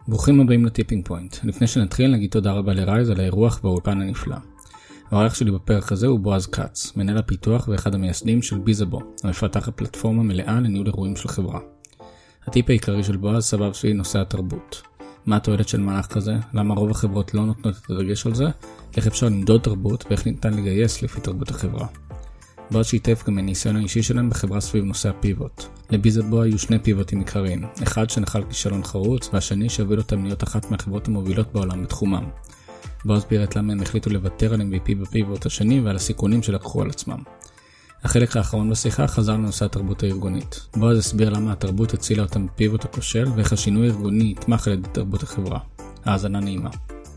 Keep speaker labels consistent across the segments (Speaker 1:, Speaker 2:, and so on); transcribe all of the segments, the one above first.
Speaker 1: ברוכים הבאים לטיפינג פוינט. לפני שנתחיל נגיד תודה רבה לרייז על האירוח והאולפן הנפלא. העורך שלי בפרק הזה הוא בועז קץ, מנהל הפיתוח ואחד המייסדים של ביזאבו, המפתחת פלטפורמה מלאה לניהול אירועים של חברה. הטיפ העיקרי של בועז סבב סביב נושא התרבות. מה התועלת של מהלך כזה? למה רוב החברות לא נותנות את הדגש על זה? איך אפשר למדוד תרבות ואיך ניתן לגייס לפי תרבות החברה. בועז שיתף גם מניסיון האישי שלהם בחברה סביב נושא הפיבוט. לביזאבו היו שני פיבוטים עיקריים, אחד שנחל כישלון חרוץ והשני שהוביל אותם להיות אחת מהחברות המובילות בעולם בתחומם. בועז פירט למה הם החליטו לוותר על MVP בפיבוט השני ועל הסיכונים שלקחו על עצמם. החלק האחרון בשיחה חזר לנושא התרבות הארגונית. בועז הסביר למה התרבות הצילה אותם בפיבוט הכושל ואיך השינוי הארגוני יתמך על ידי תרבות החברה. האזנה נעימה.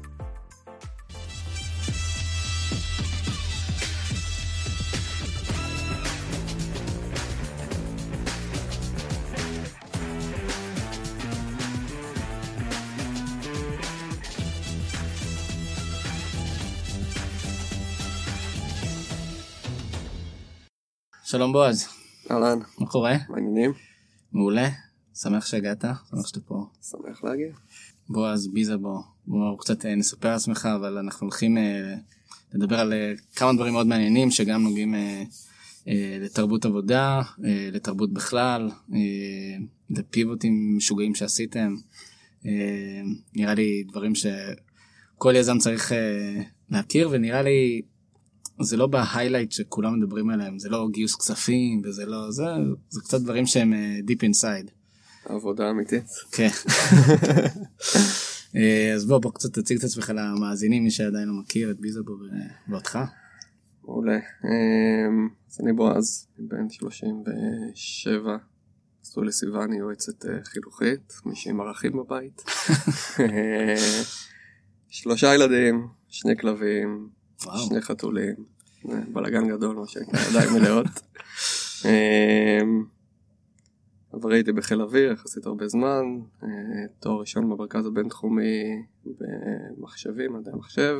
Speaker 1: שלום בועז.
Speaker 2: אהלן.
Speaker 1: מה קורה?
Speaker 2: מעניינים?
Speaker 1: מעולה. שמח שהגעת, שמח שאתה פה.
Speaker 2: שמח להגיע.
Speaker 1: בועז, ביזאבו. בואו קצת נספר על עצמך, אבל אנחנו הולכים לדבר על כמה דברים מאוד מעניינים, שגם נוגעים לתרבות עבודה, לתרבות בכלל, לפיבוטים משוגעים שעשיתם. נראה לי דברים שכל יזם צריך להכיר, ונראה לי זה לא בהיילייט שכולם מדברים עליהם, זה לא גיוס כספים, וזה לא, זה קצת דברים שהם deep inside.
Speaker 2: עבודה אמיתית. כן.
Speaker 1: אז בוא קצת תציג את עצמך למאזינים, מי שעדיין לא מכיר את ביזאבו ואותך.
Speaker 2: מעולה. אז אני בועז, בן 37, עשו לסיוון, יועצת חינוכית, מישהי עם ערכים בבית. 3 ילדים, 2 כלבים, 2 חתולים, בלגן גדול, מה שנקרא, ידיים מלאות. אבל הייתי בחיל אוויר, יחסית הרבה זמן, תואר ראשון במרכז הבינתחומי במחשבים, מדעי המחשב,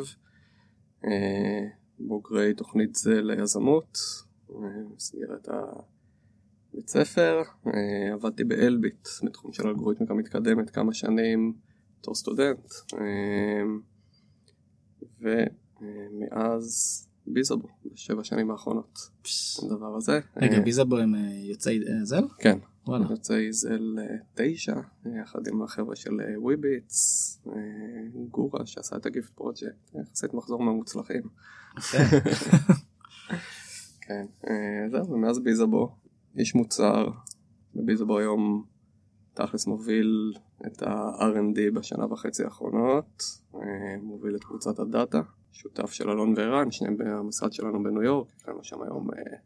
Speaker 2: בוגרי תוכנית זה ליזמות, מסגרת הבית ספר, עבדתי באלביט, בתחום של אלגוריתמיקה מתקדמת כמה שנים, בתור סטודנט, ומאז ביזאבו, ב7 שנים האחרונות, הדבר הזה.
Speaker 1: רגע, ביזאבו הם יוצאי זל?
Speaker 2: כן, יוצאי זל 9, יחד עם החבר'ה של וויביץ, גורה שעשה את הגיפט פרוג'קט, יחסית מחזור מהמוצלחים. כן, זהו, ומאז ביזאבו, איש מוצר, וביזאבו היום תכלס מוביל את ה-R&D בשנה וחצי האחרונות, מוביל את קבוצת הדאטה, שותף של אלון וערן, שניהם במשרד שלנו בניו יורק, יש לנו שם היום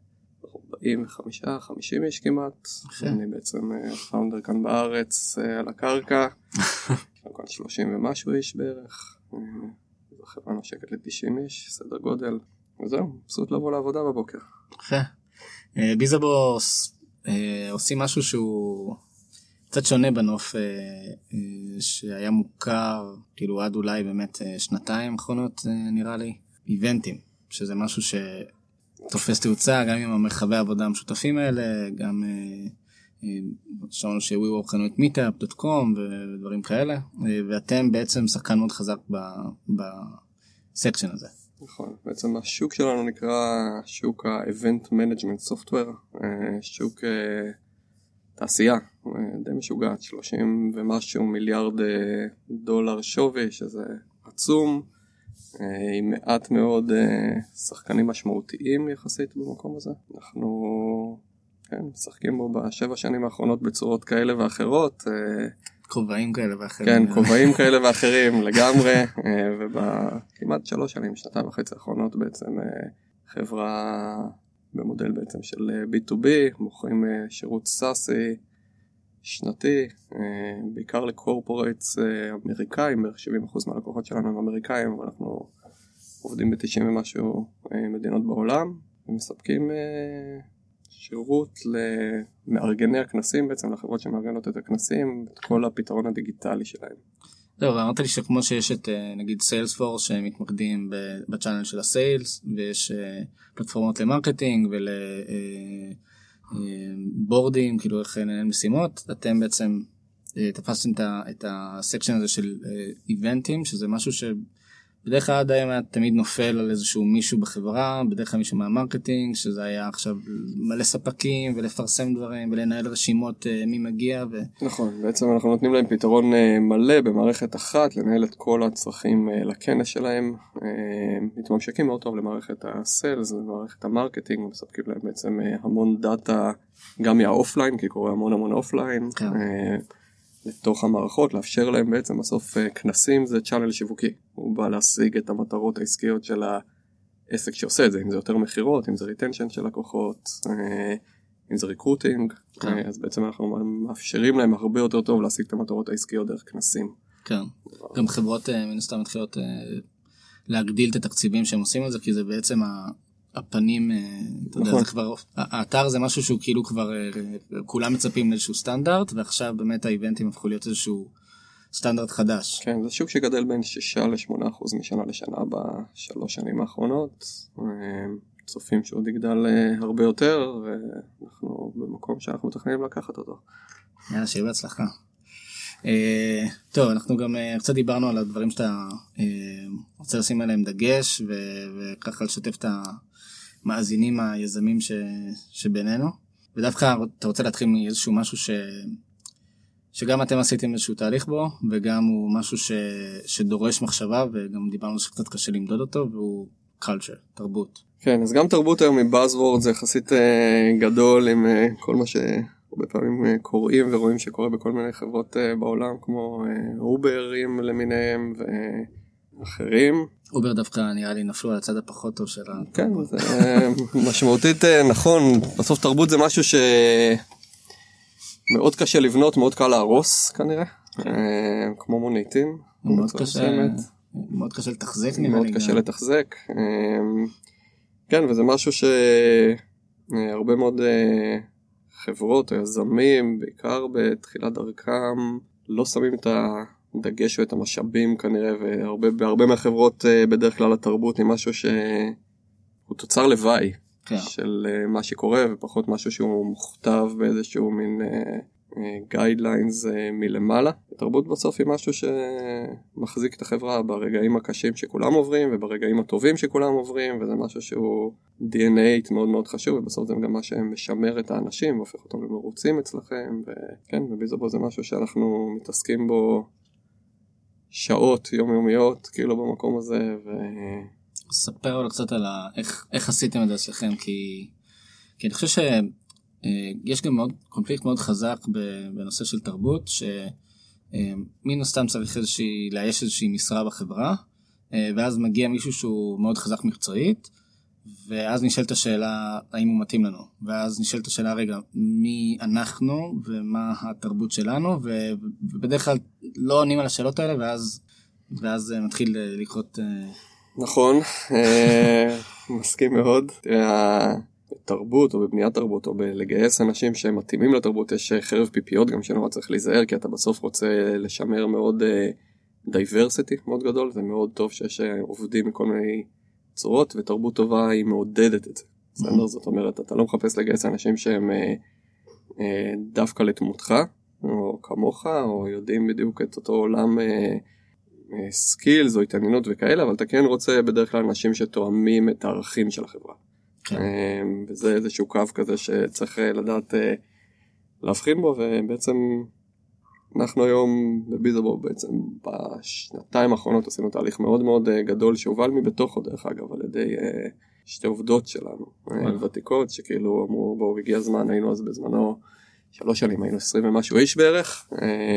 Speaker 2: 45-50 איש כמעט, אני בעצם פאונדר כאן בארץ על הקרקע, יש לנו כאן 30 ומשהו איש בערך, זו חברה נושקת ל-90 איש, סדר גודל, וזהו, פשוט לבוא לעבודה בבוקר.
Speaker 1: ביזאבו עושים משהו שהוא קצת שונה בנוף שהיה מוכר, כאילו עד אולי באמת 2 האחרונות נראה לי, איבנטים, שזה משהו שתופס תאוצה, גם עם המרחבי העבודה המשותפים האלה, גם שמענו ש-WeWork קנו את meetup.com ודברים כאלה, ואתם בעצם שחקן מאוד חזק בסקשן הזה.
Speaker 2: נכון, בעצם השוק שלנו נקרא שוק ה-Event Management Software, שוק תעשייה, די משוגעת, 30 ומשהו מיליארד דולר שווי, שזה עצום, עם מעט מאוד שחקנים משמעותיים יחסית במקום הזה. אנחנו משחקים בו ב7 שנים האחרונות בצורות כאלה ואחרות.
Speaker 1: כובעים כאלה ואחרים.
Speaker 2: כן, כובעים כאלה ואחרים לגמרי, ובכמעט 3 שנים, 2.5 האחרונות בעצם חברה במודל בעצם של B2B, מוכרים שירות סאסי שנתי, בעיקר לקורפורייטס אמריקאים, בערך 70% מהלקוחות שלנו הם אמריקאים, אבל אנחנו עובדים ב-90 ומשהו מדינות בעולם, ומספקים שירות למארגני הכנסים, בעצם לחברות שמארגנות את הכנסים, את כל הפתרון הדיגיטלי שלהם.
Speaker 1: טוב, אמרת לי שכמו שיש את נגיד סיילספורס שמתמקדים בצ'אנל של הסיילס, ויש פלטפורמות למרקטינג ולבורדים, כאילו איך לנהל משימות, אתם בעצם תפסתם את הסקשן הזה של איבנטים, שזה משהו שבדרך כלל עד היום היה תמיד נופל על איזשהו מישהו בחברה, בדרך כלל מישהו מהמרקטינג, שזה היה עכשיו מלא ספקים ולפרסם דברים ולנהל רשימות מי מגיע.
Speaker 2: נכון, בעצם אנחנו נותנים להם פתרון מלא במערכת אחת, לנהל את כל הצרכים לכנס שלהם, מתממשקים מאוד טוב למערכת הסיילס, למערכת המרקטינג, מספקים להם בעצם המון דאטה, גם מהאופליין, כי קורה המון אופליין, לתוך המערכות, לאפשר להם בעצם בסוף כנסים, זה צ'אנל שיווקי, הוא בא להשיג את המטרות העסקיות של העסק שעושה את זה, אם זה יותר מחירות, אם זה ריטנשן של לקוחות, אם זה ריקרוטינג, אז בעצם אנחנו מאפשרים להם הרבה יותר טוב להשיג את המטרות העסקיות דרך כנסים.
Speaker 1: כן, גם חברות מן הסתם מתחילות להגדיל את התקציבים שהם עושים על זה, כי זה בעצם הפנים, אתה יודע, זה כבר, האתר זה משהו שהוא כאילו כבר, כולם מצפים לאיזשהו סטנדרט, ועכשיו באמת האיבנטים הפכו להיות איזשהו סטנדרט חדש.
Speaker 2: כן, זה שוק שגדל בין 6-8% משנה לשנה בשלוש שנים האחרונות, צופים שעוד יגדל הרבה יותר, ואנחנו במקום שאנחנו מתכננים לקחת אותו.
Speaker 1: יאללה, שיהיה בהצלחה. טוב, אנחנו גם קצת דיברנו על הדברים שאתה רוצה לשים עליהם דגש, וככה לשתף את המאזינים היזמים שבינינו. ודווקא אתה רוצה להתחיל מאיזשהו משהו שגם אתם עשיתם איזשהו תהליך בו, וגם הוא משהו שדורש מחשבה, וגם דיברנו שקצת קשה למדוד אותו, והוא culture, תרבות.
Speaker 2: כן, אז גם תרבות היום מבאזוורד זה יחסית גדול עם כל מה שהרבה פעמים קוראים ורואים שקורה בכל מיני חברות בעולם, כמו אוברים למיניהם ואחרים.
Speaker 1: אובר דווקא נראה לי נפלו על הצד הפחות טוב של
Speaker 2: התרבות. כן, זה משמעותית נכון. בסוף תרבות זה משהו שמאוד קשה לבנות, מאוד קל להרוס כנראה, כמו מוניטין.
Speaker 1: מאוד קשה לתחזק.
Speaker 2: מאוד קשה לתחזק. כן, וזה משהו שהרבה מאוד חברות או יזמים, בעיקר בתחילת דרכם, לא שמים את הדגש או את המשאבים כנראה, והרבה מהחברות בדרך כלל התרבות היא משהו שהוא תוצר לוואי של מה שקורה, ופחות משהו שהוא מוכתב באיזשהו מין guidelines מלמעלה. התרבות בסוף היא משהו שמחזיק את החברה ברגעים הקשים שכולם עוברים, וברגעים הטובים שכולם עוברים, וזה משהו שהוא DNA מאוד מאוד חשוב, ובסוף זה גם מה שמשמר את האנשים, והופך אותם למרוצים אצלכם, וכן, וביזבו זה משהו שאנחנו מתעסקים בו שעות יומיומיות, כאילו במקום הזה,
Speaker 1: ספר לו קצת על איך עשיתם את זה אצלכם, כי אני חושב יש גם קונפליקט מאוד חזק בנושא של תרבות, שמן הסתם צריך לאייש איזושהי משרה בחברה, ואז מגיע מישהו שהוא מאוד חזק מקצועית, ואז נשאלת השאלה האם הוא מתאים לנו, ואז נשאלת השאלה רגע מי אנחנו ומה התרבות שלנו, ובדרך כלל לא עונים על השאלות האלה, ואז מתחיל לקרות.
Speaker 2: נכון, מסכים מאוד. בתרבות או בבניית תרבות או בלגייס אנשים שהם מתאימים לתרבות, יש חרב פיפיות גם שנורא צריך להיזהר, כי אתה בסוף רוצה לשמר מאוד דייברסיטי מאוד גדול, זה מאוד טוב שיש עובדים מכל מיני צורות, ותרבות טובה היא מעודדת את זה. בסדר, זאת אומרת, אתה לא מחפש לגייס אנשים שהם דווקא לתמותך, או כמוך, או יודעים בדיוק את אותו עולם סקילס או התעניינות וכאלה, אבל אתה כן רוצה בדרך כלל אנשים שתואמים את הערכים של החברה. וזה איזשהו קו כזה שצריך לדעת להבחין בו, ובעצם אנחנו היום בביזבו בעצם בשנתיים האחרונות עשינו תהליך מאוד מאוד גדול שהובל מבתוכו דרך אגב על ידי שתי עובדות שלנו ותיקות שכאילו אמרו בואו הגיע הזמן, היינו אז בזמנו 3 שנים, היינו 20 ומשהו איש בערך,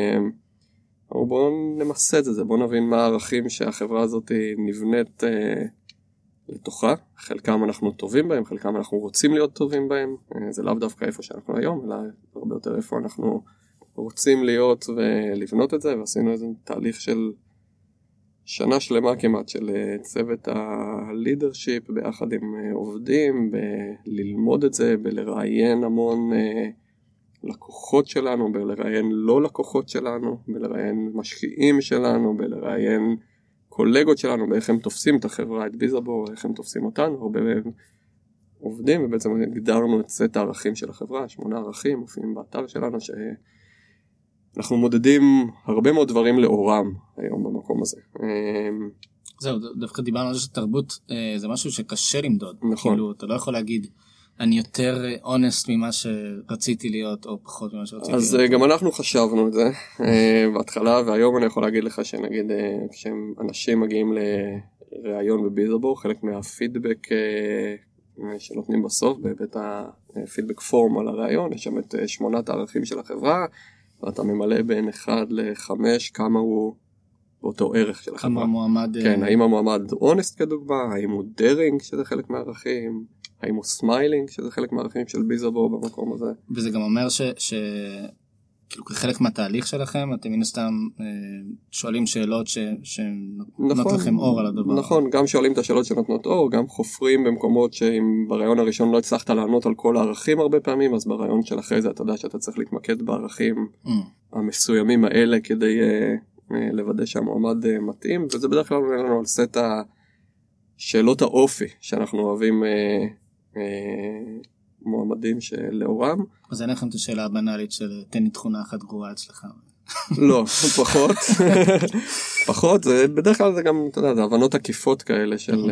Speaker 2: אמרו בואו נמסד את זה, בואו נבין מה הערכים שהחברה הזאת נבנית לתוכה, חלקם אנחנו טובים בהם, חלקם אנחנו רוצים להיות טובים בהם, זה לאו דווקא איפה שאנחנו היום, אלא הרבה יותר איפה אנחנו רוצים להיות ולבנות את זה, ועשינו איזה תהליך של שנה שלמה כמעט של צוות הלידרשיפ ביחד עם עובדים, בללמוד את זה, בלראיין המון לקוחות שלנו, בלראיין לא לקוחות שלנו, בלראיין משקיעים שלנו, בלראיין קולגות שלנו, באיך הם תופסים את החברה, את ביזבו, איך הם תופסים אותנו, הרבה עובדים, ובעצם הגדרנו את סט הערכים של החברה, 8 ערכים, מופיעים באתר שלנו, אנחנו מודדים הרבה מאוד דברים לאורם היום במקום הזה.
Speaker 1: זהו, דווקא דיברנו על זה שתרבות זה משהו שקשה למדוד.
Speaker 2: נכון.
Speaker 1: כאילו, אתה לא יכול להגיד, אני יותר אונסט ממה שרציתי להיות, או פחות ממה שרציתי להיות.
Speaker 2: אז גם אנחנו חשבנו את זה בהתחלה, והיום אני יכול להגיד לך שנגיד, כשאנשים מגיעים לראיון בביזרבו, חלק מהפידבק שנותנים בסוף, בבית הפידבק פורם על הראיון, יש שם את 8 הערכים של החברה, ואתה ממלא בין 1 ל-5 כמה הוא באותו ערך של החברה.
Speaker 1: כמה המועמד...
Speaker 2: כן, האם המועמד אונסט כדוגמה, האם הוא דרינג, שזה חלק מהערכים, האם הוא סמיילינג, שזה חלק מהערכים של ביזרבו במקום הזה.
Speaker 1: וזה גם אומר כאילו כחלק מהתהליך שלכם, אתם מן הסתם שואלים שאלות שנותנות לכם אור על הדבר.
Speaker 2: נכון, גם שואלים את השאלות שנותנות אור, גם חופרים במקומות שאם ברעיון הראשון לא הצלחת לענות על כל הערכים הרבה פעמים, אז ברעיון של אחרי זה אתה יודע שאתה צריך להתמקד בערכים המסוימים האלה כדי לוודא שהמועמד מתאים, וזה בדרך כלל אומר לנו על סט השאלות האופי שאנחנו אוהבים מועמדים שלאורם.
Speaker 1: אז אין לכם את השאלה הבנאלית של תן לי תכונה אחת גרועה אצלך.
Speaker 2: לא, פחות. פחות, זה בדרך כלל זה גם, אתה יודע, זה הבנות עקיפות כאלה של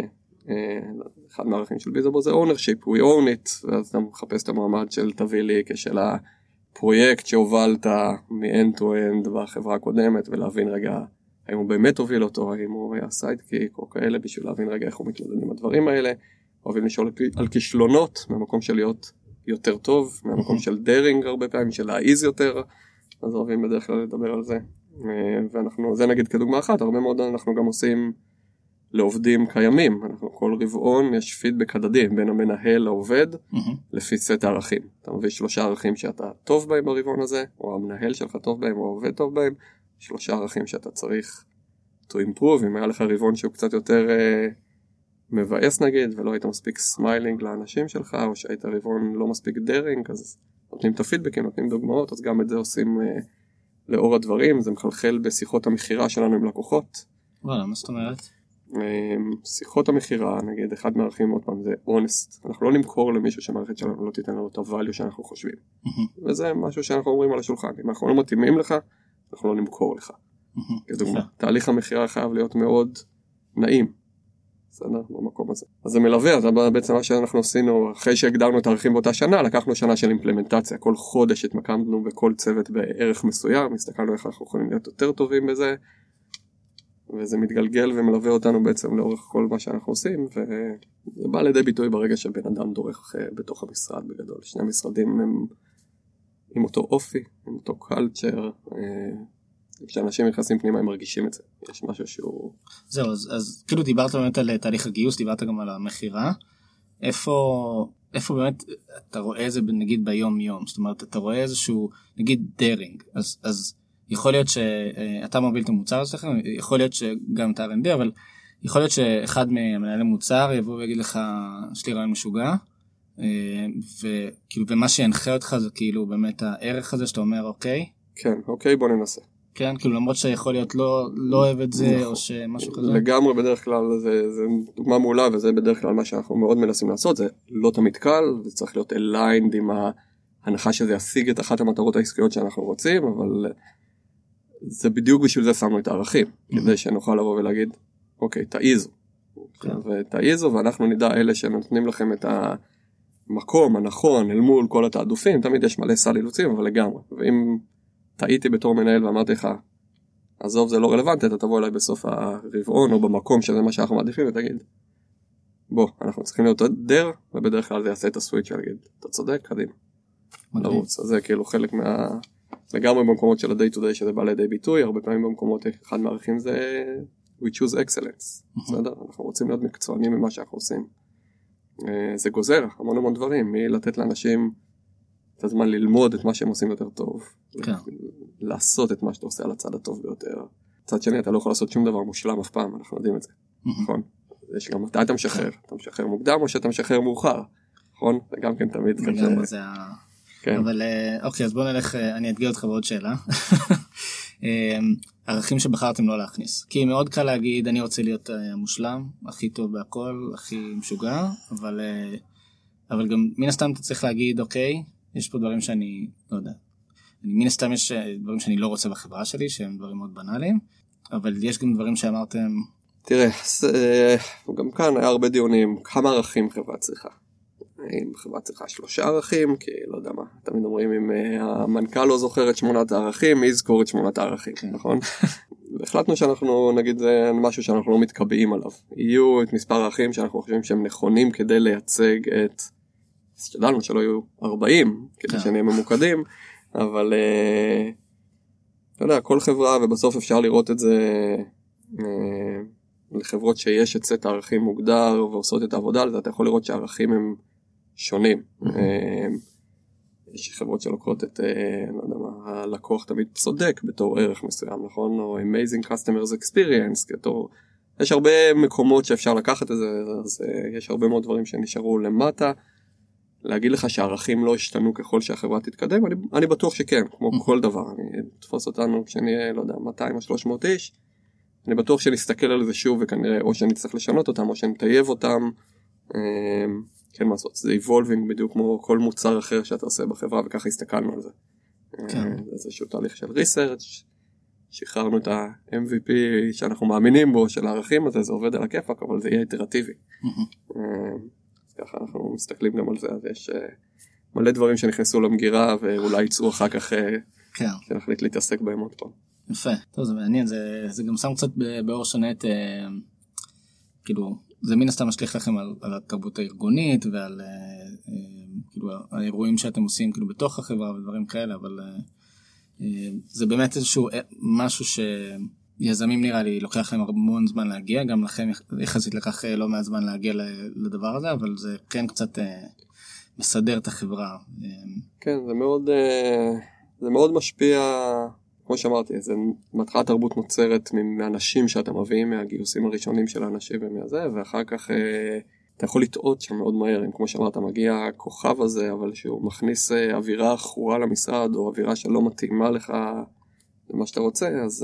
Speaker 2: אחד מהערכים של ביזרבו זה ownership, we own it, ואז אתה מחפש את המועמד של תביא לי כשל הפרויקט שהובלת מ-end to end בחברה הקודמת, ולהבין רגע האם הוא באמת הוביל אותו, האם הוא היה סיידקיק או כאלה, בשביל להבין רגע איך הוא מתמודד עם הדברים האלה. אוהבים לשאול על כישלונות, מהמקום של להיות יותר טוב, מהמקום של דרינג הרבה פעמים, של להעיז יותר, אז אוהבים בדרך כלל לדבר על זה. ואנחנו, זה נגיד כדוגמה אחת, הרבה מאוד אנחנו גם עושים לעובדים קיימים, אנחנו כל רבעון יש פידבק הדדי בין המנהל לעובד, לפי סט הערכים. אתה מביא 3 ערכים שאתה טוב בהם ברבעון הזה, או המנהל שלך טוב בהם, או העובד טוב בהם, 3 ערכים שאתה צריך to improve, אם היה לך רבעון שהוא קצת יותר מבאס נגיד, ולא היית מספיק סמיילינג לאנשים שלך, או שהיית רבעון לא מספיק דרינג, אז נותנים את הפידבקים, נותנים דוגמאות, אז גם את זה עושים לאור הדברים, זה מחלחל בשיחות המחירה שלנו עם לקוחות.
Speaker 1: וואלה, מה זאת אומרת?
Speaker 2: שיחות המחירה, נגיד, אחד מהערכים עוד פעם, זה honest. אנחנו לא נמכור למישהו שהמערכת שלנו לא תיתן לנו את הvalue שאנחנו חושבים. וזה משהו שאנחנו אומרים על השולחן. אם אנחנו לא מתאימים לך, אנחנו לא נמכור לך. כדוגמה, תהליך המחירה חייב להיות מאוד נעים. בסדר, במקום הזה. אז זה מלווה, אז בעצם מה שאנחנו עשינו, אחרי שהגדרנו את הערכים באותה שנה, לקחנו שנה של אימפלמנטציה. כל חודש התמקמנו בכל צוות בערך מסוים, הסתכלנו איך אנחנו יכולים להיות יותר טובים בזה, וזה מתגלגל ומלווה אותנו בעצם לאורך כל מה שאנחנו עושים, וזה בא לידי ביטוי ברגע שבן אדם דורך בתוך המשרד בגדול. 2 משרדים הם עם אותו אופי, עם אותו קלצ'ר, כשאנשים נכנסים פנימה הם מרגישים את זה. יש משהו שהוא...
Speaker 1: זהו, אז כאילו דיברת באמת על תהליך הגיוס, דיברת גם על המחירה. איפה באמת אתה רואה את זה נגיד ביום יום? זאת אומרת, אתה רואה איזשהו, נגיד דרינג, אז יכול להיות שאתה מוביל את המוצר שלך, יכול להיות שגם את ה-R&D, אבל יכול להיות שאחד ממנהלי מוצר יבוא ויגיד לך, יש לי רעיון משוגע, וכאילו, ומה שינחה אותך זה כאילו באמת הערך הזה שאתה אומר, אוקיי?
Speaker 2: כן, אוקיי, בוא ננסה.
Speaker 1: כן, כאילו למרות שיכול להיות לא אוהב את זה, או שמשהו כזה.
Speaker 2: לגמרי בדרך כלל, זה דוגמה מעולה, וזה בדרך כלל מה שאנחנו מאוד מנסים לעשות, זה לא תמיד קל, זה צריך להיות aligned עם ההנחה שזה ישיג את אחת המטרות העסקיות שאנחנו רוצים, אבל זה בדיוק בשביל זה שמנו את הערכים, כדי שנוכל לבוא ולהגיד, אוקיי, תעיזו. ותעיזו, ואנחנו נדע אלה שנותנים לכם את המקום הנכון, אל מול כל התעדופים, תמיד יש מלא סל אילוצים, אבל לגמרי. ואם טעיתי בתור מנהל ואמרתי לך, עזוב זה לא רלוונטי, אתה תבוא אליי בסוף הרבעון או במקום שזה מה שאנחנו מעדיפים ותגיד, בוא, אנחנו צריכים להיות דר, ובדרך כלל זה יעשה את הסוויץ' ולהגיד, אתה צודק, קדימה. לרוץ, אז זה כאילו חלק לגמרי במקומות של ה-day to day שזה בא לידי ביטוי, הרבה פעמים במקומות אחד מערכים זה we choose excellence, בסדר? אנחנו רוצים להיות מקצוענים ממה שאנחנו עושים. זה גוזר המון דברים, מלתת לאנשים את הזמן ללמוד את מה שהם עושים יותר טוב, לעשות את מה שאתה עושה על הצד הטוב ביותר. צד שני, אתה לא יכול לעשות שום דבר מושלם אף פעם, אנחנו יודעים את זה, נכון? יש גם מתי אתה משחרר, אתה משחרר מוקדם או שאתה משחרר מאוחר, נכון? זה גם כן תמיד כזה.
Speaker 1: אבל אוקיי, אז בוא נלך, אני אתגר אותך בעוד שאלה. ערכים שבחרתם לא להכניס, כי מאוד קל להגיד אני רוצה להיות המושלם, הכי טוב בהכל, הכי משוגע, אבל גם מן הסתם אתה צריך להגיד אוקיי, יש פה דברים שאני לא יודע, מן הסתם יש דברים שאני לא רוצה בחברה שלי, שהם דברים מאוד בנאליים, אבל יש גם דברים שאמרתם...
Speaker 2: תראה, גם כאן היה הרבה דיונים, כמה ערכים חברה צריכה. אם חברה צריכה 3 ערכים, כי לא יודע מה, תמיד אומרים אם המנכ"ל לא זוכר את 8 הערכים, מי יזכור את 8 הערכים, נכון? והחלטנו שאנחנו, נגיד, זה משהו שאנחנו לא מתקבעים עליו. יהיו את מספר ערכים שאנחנו חושבים שהם נכונים כדי לייצג את... שתדענו שלא יהיו 40, כדי שנהיה ממוקדים, אבל אתה יודע, כל חברה, ובסוף אפשר לראות את זה לחברות שיש את סט הערכים מוגדר ועושות את העבודה על זה, אתה יכול לראות שהערכים הם שונים. יש חברות שלוקחות את, לא יודע מה, הלקוח תמיד צודק בתור ערך מסוים, נכון? או amazing customers experience, כתור... יש הרבה מקומות שאפשר לקחת את זה, אז יש הרבה מאוד דברים שנשארו למטה. להגיד לך שהערכים לא השתנו ככל שהחברה תתקדם, אני בטוח שכן, כמו כל דבר. אני תפוס אותנו כשנהיה, לא יודע, 200 או 300 איש, אני בטוח שנסתכל על זה שוב, וכנראה או שנצטרך לשנות אותם, או שנטייב אותם, כן, מה לעשות, זה evolving בדיוק כמו כל מוצר אחר שאתה עושה בחברה, וככה הסתכלנו על זה. זה איזשהו תהליך של research, שחררנו את ה-MVP שאנחנו מאמינים בו, של הערכים הזה, זה עובד על הכיפק, אבל זה יהיה איטרטיבי. ככה אנחנו מסתכלים גם על זה, אז יש מלא דברים שנכנסו למגירה, ואולי יצאו אחר כך שנחליט להתעסק בהם עוד פעם.
Speaker 1: יפה, טוב, זה מעניין, זה גם שם קצת באור שונה את, כאילו, זה מן הסתם משליך לכם על התרבות הארגונית, ועל כאילו, האירועים שאתם עושים כאילו בתוך החברה ודברים כאלה, אבל זה באמת איזשהו משהו שיזמים נראה לי לוקח להם המון זמן להגיע, גם לכם יחסית לקח לא מעט זמן להגיע לדבר הזה, אבל זה כן קצת מסדר את החברה.
Speaker 2: כן, זה מאוד משפיע, כמו שאמרתי, זה מתחילת תרבות נוצרת מהאנשים שאתה מביאים, מהגיוסים הראשונים של האנשים ומהזה, ואחר כך אתה יכול לטעות שם מאוד מהר, אם כמו שאמרת, מגיע הכוכב הזה, אבל שהוא מכניס אווירה חורה למשרד, או אווירה שלא מתאימה לך למה שאתה רוצה, אז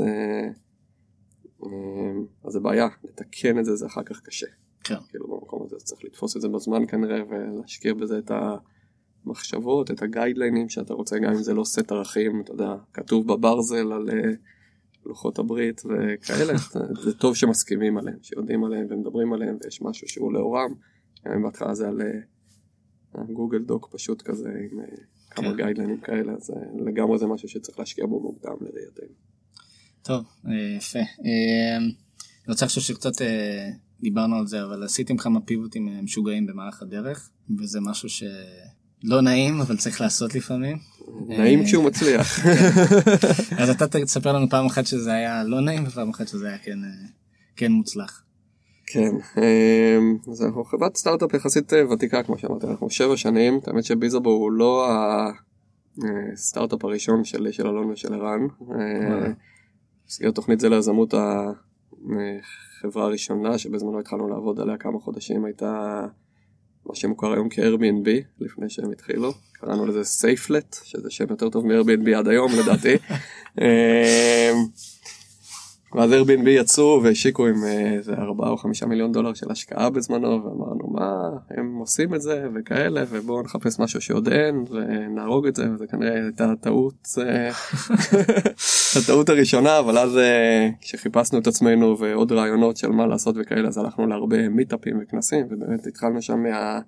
Speaker 2: זה בעיה, לתקן את זה, זה אחר כך קשה.
Speaker 1: כן.
Speaker 2: כאילו במקום הזה צריך לתפוס את זה בזמן כנראה, ולהשקיע בזה את המחשבות, את הגיידליינים שאתה רוצה, גם אם זה לא סט ערכים, אתה יודע, כתוב בברזל על לוחות הברית וכאלה, זה טוב שמסכימים עליהם, שיודעים עליהם ומדברים עליהם, ויש משהו שהוא לאורם, בהתחלה זה על גוגל דוק פשוט כזה, עם כמה גיידליינים כאלה, אז לגמרי זה משהו שצריך להשקיע בו מוקדם לראייתנו.
Speaker 1: טוב, יפה. אני רוצה לחשוב שקצת דיברנו על זה, אבל עשיתם כמה פיבוטים משוגעים במהלך הדרך, וזה משהו שלא נעים, אבל צריך לעשות לפעמים.
Speaker 2: נעים כשהוא מצליח.
Speaker 1: אז אתה תספר לנו פעם אחת שזה היה לא נעים, ופעם אחת שזה היה כן מוצלח.
Speaker 2: כן, אז אנחנו חברת סטארט-אפ יחסית ותיקה, כמו שאמרתי, אנחנו 7 שנים, האמת שביזאבו הוא לא הסטארט-אפ הראשון שלי, של אלון ושל ערן. סגירת תוכנית זה ליזמות החברה הראשונה, שבזמנו התחלנו לעבוד עליה כמה חודשים, הייתה מה שמוכר היום כ-Airbnb, לפני שהם התחילו. קראנו לזה סייפלט, שזה שם יותר טוב מ-Airbnb עד היום, לדעתי. ואז Airbnb יצאו והשיקו עם איזה 4 או 5 מיליון דולר של השקעה בזמנו, ואמרנו, מה, הם עושים את זה וכאלה, ובואו נחפש משהו שעוד אין, ונהרוג את זה, וזה כנראה הייתה הטעות הראשונה, אבל אז כשחיפשנו את עצמנו ועוד רעיונות של מה לעשות וכאלה, אז הלכנו להרבה מיטאפים וכנסים, ובאמת התחלנו שם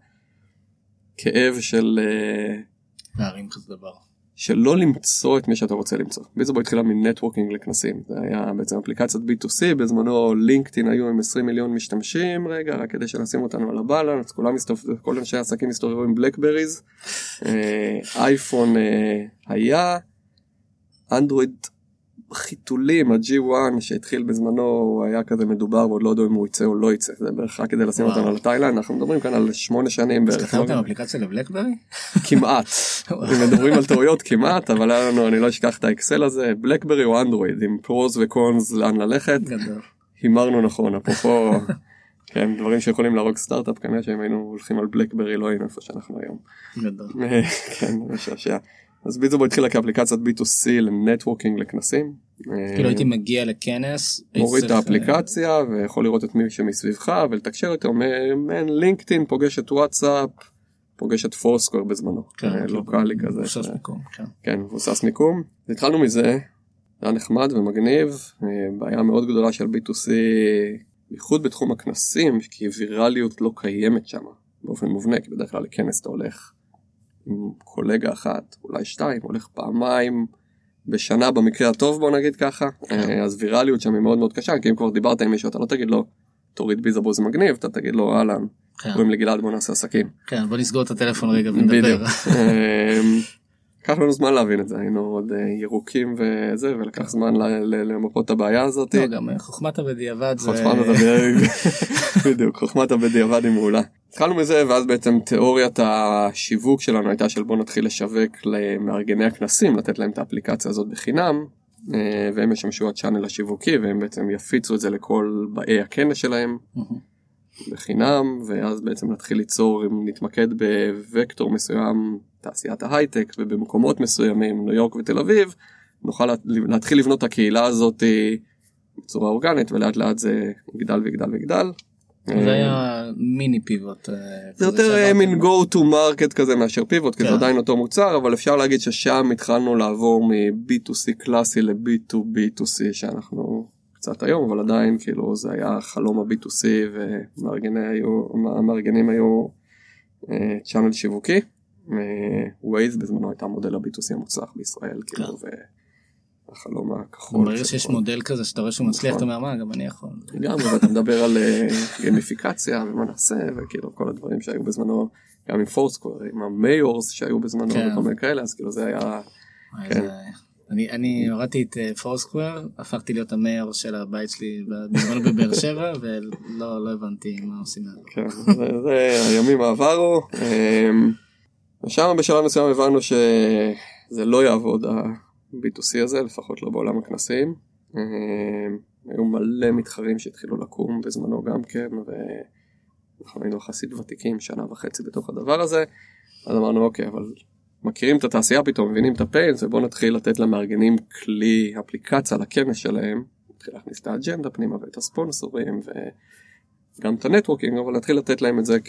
Speaker 2: מהכאב של
Speaker 1: להרים כזה דבר.
Speaker 2: של לא למצוא את מי שאתה רוצה למצוא. ביזאבו התחילה מנטוורקינג לכנסים. זה היה בעצם אפליקציית B2C, בזמנו לינקדאין היו עם 20 מיליון משתמשים, רגע, רק כדי שנשים אותנו על הבלנס, כל אנשי העסקים הסתובבו עם בלקבריז, אייפון היה, אנדרואיד חיתולים, ה-G1 שהתחיל בזמנו, הוא היה כזה מדובר, ועוד לא יודע אם הוא יצא או לא יצא, זה בערך רק כדי לשים אותנו על הטיילנד, אנחנו מדברים כאן על 8 שנים בערך.
Speaker 1: אז כתבתם אפליקציה לבלקברי?
Speaker 2: כמעט, מדברים על טעויות כמעט, אבל היה לנו, אני לא אשכח את האקסל הזה, בלקברי או אנדרואיד, עם פרוז וקונס לאן ללכת, הימרנו נכון, אפרופו, כן, דברים שיכולים להרוג סטארט-אפ, כנראה שהם היינו הולכים על בלקברי, לא היינו איפה שאנחנו היום.
Speaker 1: גדול.
Speaker 2: כן, משעשע. אז ביזאבו התחילה כאפליקציית B2C לנטוורקינג לכנסים.
Speaker 1: כאילו הייתי מגיע לכנס.
Speaker 2: מוריד את האפליקציה ויכול לראות את מי שמסביבך ולתקשר איתו. מן לינקדאין פוגש את וואטסאפ, פוגש את פורסקוור בזמנו, לוקלי כזה.
Speaker 1: מבוסס מיקום, כן.
Speaker 2: כן, מבוסס מיקום. התחלנו מזה, זה היה נחמד ומגניב, בעיה מאוד גדולה של B2C, בייחוד בתחום הכנסים, כי ויראליות לא קיימת שם, באופן מובנה, כי בדרך כלל לכנס אתה הולך עם קולגה אחת, אולי 2, הולך פעמיים בשנה במקרה הטוב, בוא נגיד ככה, אז ויראליות שם היא מאוד מאוד קשה, כי אם כבר דיברת עם מישהו, אתה לא תגיד לו, תוריד ביזאבו זה מגניב, אתה תגיד לו, אהלן, קוראים לגלעד, בוא נעשה עסקים.
Speaker 1: כן, בוא נסגור את הטלפון רגע ונדבר.
Speaker 2: לקח לנו זמן להבין את זה, היינו עוד ירוקים וזה, ולקח זמן למפות את הבעיה הזאת.
Speaker 1: לא, גם חוכמת הבדיעבד זה...
Speaker 2: בדיוק, חוכמת הבדיעבד היא מעולה. התחלנו מזה, ואז בעצם תיאוריית השיווק שלנו הייתה של בוא נתחיל לשווק למארגני הכנסים, לתת להם את האפליקציה הזאת בחינם, והם ישמשו הצ'אנל השיווקי, והם בעצם יפיצו את זה לכל באי הכנס שלהם בחינם, ואז בעצם נתחיל ליצור, אם נתמקד בווקטור מסוים, תעשיית ההייטק, ובמקומות מסוימים, ניו יורק ותל אביב, נוכל להתחיל לבנות את הקהילה הזאת בצורה אורגנית, ולאט לאט זה יגדל ויגדל ויגדל.
Speaker 1: זה היה מיני פיבוט.
Speaker 2: זה יותר מין go to market כזה מאשר פיבוט, כי זה עדיין אותו מוצר, אבל אפשר להגיד ששם התחלנו לעבור מ-B2C קלאסי ל-B2B2C, שאנחנו קצת היום, אבל עדיין כאילו זה היה חלום ה-B2C, והמארגנים היו צ'אנל שיווקי. ווייז בזמנו הייתה מודל ה-B2C המוצלח בישראל, כאילו, והחלום הכחול.
Speaker 1: ברגע שיש מודל כזה שאתה רואה שהוא מצליח, אתה אומר, מה, גם אני יכול.
Speaker 2: גם, ואתה מדבר על גמיפיקציה ומה נעשה, וכאילו כל הדברים שהיו בזמנו, גם עם פורסקוור, עם המיורס שהיו בזמנו, וכל מיני כאלה, אז כאילו זה היה...
Speaker 1: אני הורדתי את פורסקוור, הפכתי להיות המיור של הבית שלי בזמנו בבאר שבע, ולא הבנתי מה עושים את זה.
Speaker 2: כן, זה הימים העברו. ושם בשלב מסוים הבנו שזה לא יעבוד ה-B2C הזה, לפחות לא בעולם הכנסים. היו מלא מתחרים שהתחילו לקום בזמנו גם כן, ואנחנו היינו חסיד ותיקים 1.5 שנה בתוך הדבר הזה. אז אמרנו, אוקיי, אבל מכירים את התעשייה פתאום, מבינים את הפיינס, ובואו נתחיל לתת למארגנים כלי, אפליקציה לכנס שלהם, נתחיל להכניס את האג'נדה פנימה ואת הספונסורים, וגם את הנטוורקינג, אבל נתחיל לתת להם את זה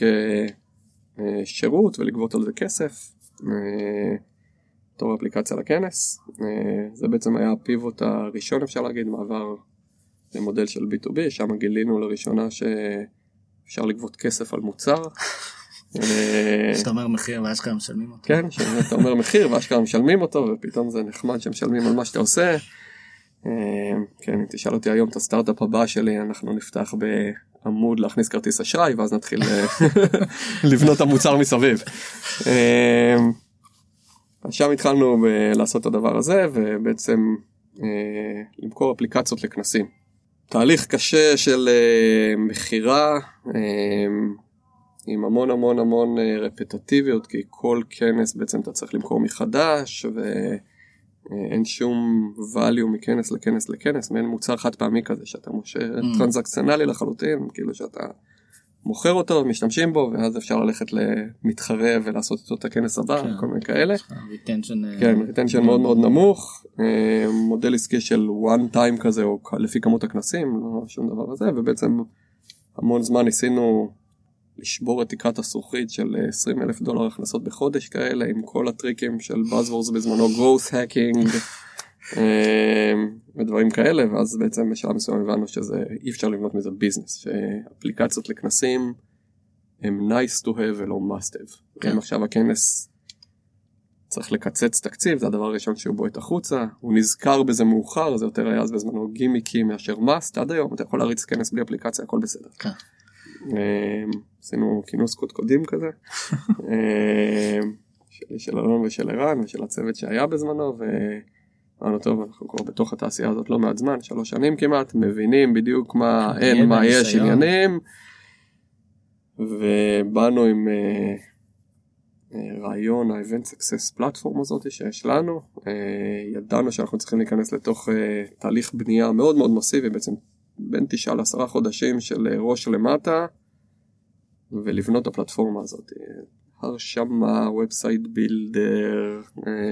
Speaker 2: שירות ולגבות על זה כסף תור אפליקציה לכנס. זה בעצם היה הפיבוט הראשון, אפשר להגיד, מעבר למודל של B2B, שם גילינו לראשונה שאפשר לגבות כסף על מוצר.
Speaker 1: שאתה אומר מחיר ואשכרה משלמים אותו.
Speaker 2: כן, שאתה אומר מחיר ואשכרה משלמים אותו, ופתאום זה נחמד שמשלמים על מה שאתה עושה. כן, תשאל אותי היום את הסטארט-אפ הבא שלי, אנחנו נפתח עמוד להכניס כרטיס אשראי, ואז נתחיל לבנות את המוצר מסביב. שם התחלנו לעשות את הדבר הזה, ובעצם למכור אפליקציות לכנסים. תהליך קשה של מחירה, עם המון המון המון רפטטיביות, כי כל כנס בעצם אתה צריך למכור מחדש, אין שום value מכנס לכנס לכנס, מעין מוצר חד פעמי כזה, שאתה טרנזקציונלי לחלוטין, כאילו שאתה מוכר אותו, משתמשים בו, ואז אפשר ללכת למתחרה ולעשות אותו את הכנס הבא, כל מיני כאלה. כן, retention מאוד מאוד נמוך, מודל עסקי של one time כזה, או לפי כמות הכנסים, לא שום דבר הזה, ובעצם המון זמן ניסינו לשבור את תקרת הזכוכית של $20,000 הכנסות בחודש כאלה, עם כל הטריקים של Buzzwords בזמנו, growth hacking, ודברים כאלה, ואז בעצם בשלב מסוים הבנו שזה אי אפשר לבנות מזה ביזנס, שאפליקציות לכנסים הם nice to have ולא must have. אם עכשיו הכנס צריך לקצץ תקציב, זה הדבר הראשון שהוא בועט החוצה, הוא נזכר בזה מאוחר, זה יותר היה אז בזמנו גימיקי מאשר must, עד היום אתה יכול להריץ כנס בלי אפליקציה, הכל בסדר. עשינו כינוס קודקודים כזה, של אלון ושל ערן ושל הצוות שהיה בזמנו, ואמרנו טוב, אנחנו כבר בתוך התעשייה הזאת לא מעט זמן, 3 שנים כמעט, מבינים בדיוק מה אין, מה יש, עניינים, ובאנו עם רעיון ה-Event Success פלטפורם הזאת שיש לנו, ידענו שאנחנו צריכים להיכנס לתוך תהליך בנייה מאוד מאוד מסיבי, בעצם בין 9 ל10 חודשים של ראש למטה, ולבנות את הפלטפורמה הזאת. הרשמה, ובסייט בילדר,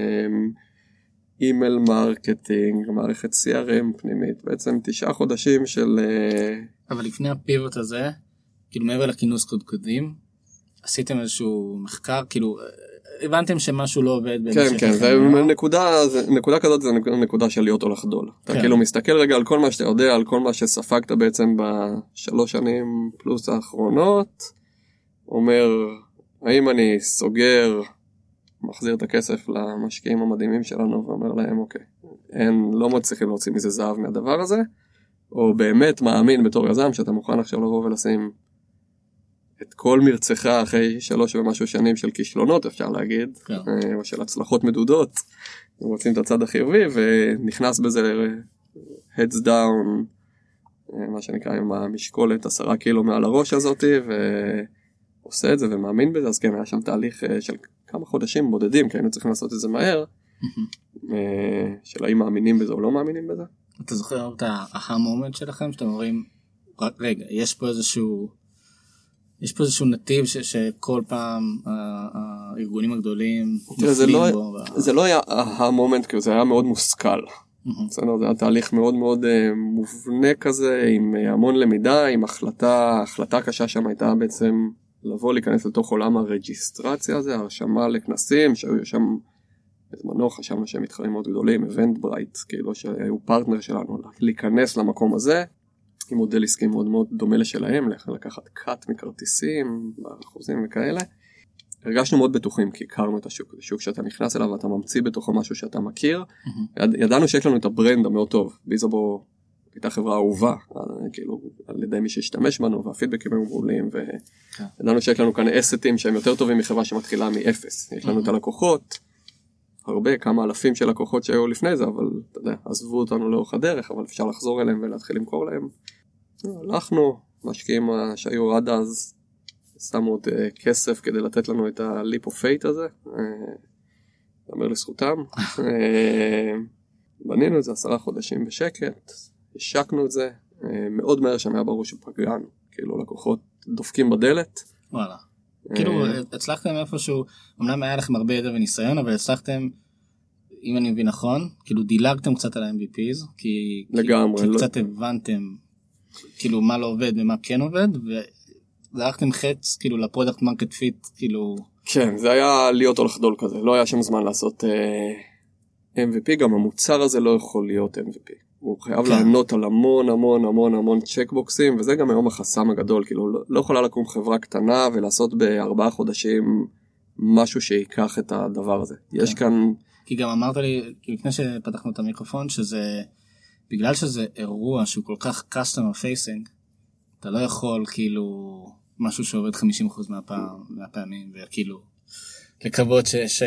Speaker 2: אימייל מרקטינג, מערכת CRM פנימית, בעצם 9 חודשים של...
Speaker 1: אבל לפני הפיבוט הזה, כאילו מעבר לכינוס קודקודים, עשיתם איזשהו מחקר, כאילו, הבנתם שמשהו לא עובד.
Speaker 2: כן, נקודה כזאת זה נקודה של להיות או לחדול. אתה כאילו מסתכל רגע על כל מה שאתה יודע, על כל מה שספגת בעצם בשלוש שנים פלוס האחרונות, אומר, האם אני סוגר, מחזיר את הכסף למשקיעים המדהימים שלנו, ואומר להם, אוקיי, לא מצליחים להוציא מזה זהב מהדבר הזה, או באמת מאמין בתור יזם, שאתה מוכן עכשיו לבוא ולשים את כל מרצך אחרי 3 ומשהו שנים של כישלונות, אפשר להגיד, או של הצלחות מדודות, רוצים את הצד החיובי, ונכנס בזה heads down, מה שנקרא עם המשקולת 10 קילו מעל הראש הזאת, ועושה את זה ומאמין בזה, אז כן, היה שם תהליך של כמה חודשים בודדים, כי היינו צריכים לעשות את זה מהר, של האם מאמינים בזה או לא מאמינים בזה.
Speaker 1: אתה זוכר את ההמומנט שלכם, שאתם אומרים, רגע, יש פה איזשהו נתיב שכל פעם הארגונים הגדולים נופלים בו.
Speaker 2: זה לא היה המומנט, כי זה היה מאוד מושכל. זה היה תהליך מאוד מאוד מובנה כזה, עם המון למידה, עם החלטה קשה שם הייתה בעצם לבוא להיכנס לתוך עולם הרגיסטרציה הזה, הרשמה לכנסים, שהיו שם בזמנו חשבנו שהם מתחרים מאוד גדולים, Eventbrite, כאילו שהיו פרטנר שלנו, להיכנס למקום הזה, עם מודל עסקי מאוד מאוד דומה לשלהם, לקחת קאט מכרטיסים, באחוזים וכאלה. הרגשנו מאוד בטוחים, כי הכרנו את השוק. זה שוק שאתה נכנס אליו, ואתה ממציא בתוכו משהו שאתה מכיר. ידענו שיש לנו את הברנד המאוד טוב. ביזאבו הייתה חברה אהובה, כאילו, על ידי מי שהשתמש בנו, והפידבקים הם מעולים, וידענו שיש לנו כאן אסטים שהם יותר טובים מחברה שמתחילה מאפס. יש לנו את הלקוחות, הרבה, כמה אלפים של לקוחות שהיו לפני זה, אבל אתה יודע, עזבו אותנו לאורך הדרך, אבל אפשר לחזור אליהם ולהתחיל למכור להם. הלכנו, משקיעים שהיו עד אז, שמו עוד כסף כדי לתת לנו את ה-leap of fate הזה, אמר לזכותם. בנינו את זה 10 חודשים בשקט, השקנו את זה, מאוד מהר שם היה ברור שפגענו, כאילו לקוחות דופקים בדלת.
Speaker 1: וואלה. כאילו הצלחתם איפשהו, אמנם היה לכם הרבה ידע וניסיון, אבל הצלחתם, אם אני מבין נכון, כאילו דילגתם קצת על ה-MVPs, כי קצת הבנתם כאילו מה לא עובד ומה כן עובד, וזרקתם חץ כאילו לפרודקט מרקט פיט, כאילו...
Speaker 2: כן, זה היה להיות או לחדול כזה, לא היה שם זמן לעשות MVP, גם המוצר הזה לא יכול להיות MVP. הוא חייב לענות על המון המון המון המון צ'קבוקסים, וזה גם היום החסם הגדול, כאילו לא יכולה לקום חברה קטנה ולעשות ב4 חודשים משהו שיקח את הדבר הזה. יש כאן...
Speaker 1: כי גם אמרת לי, לפני שפתחנו את המיקרופון, שזה, בגלל שזה אירוע שהוא כל כך customer facing, אתה לא יכול כאילו משהו שעובד 50% מהפעמים, וכאילו לקוות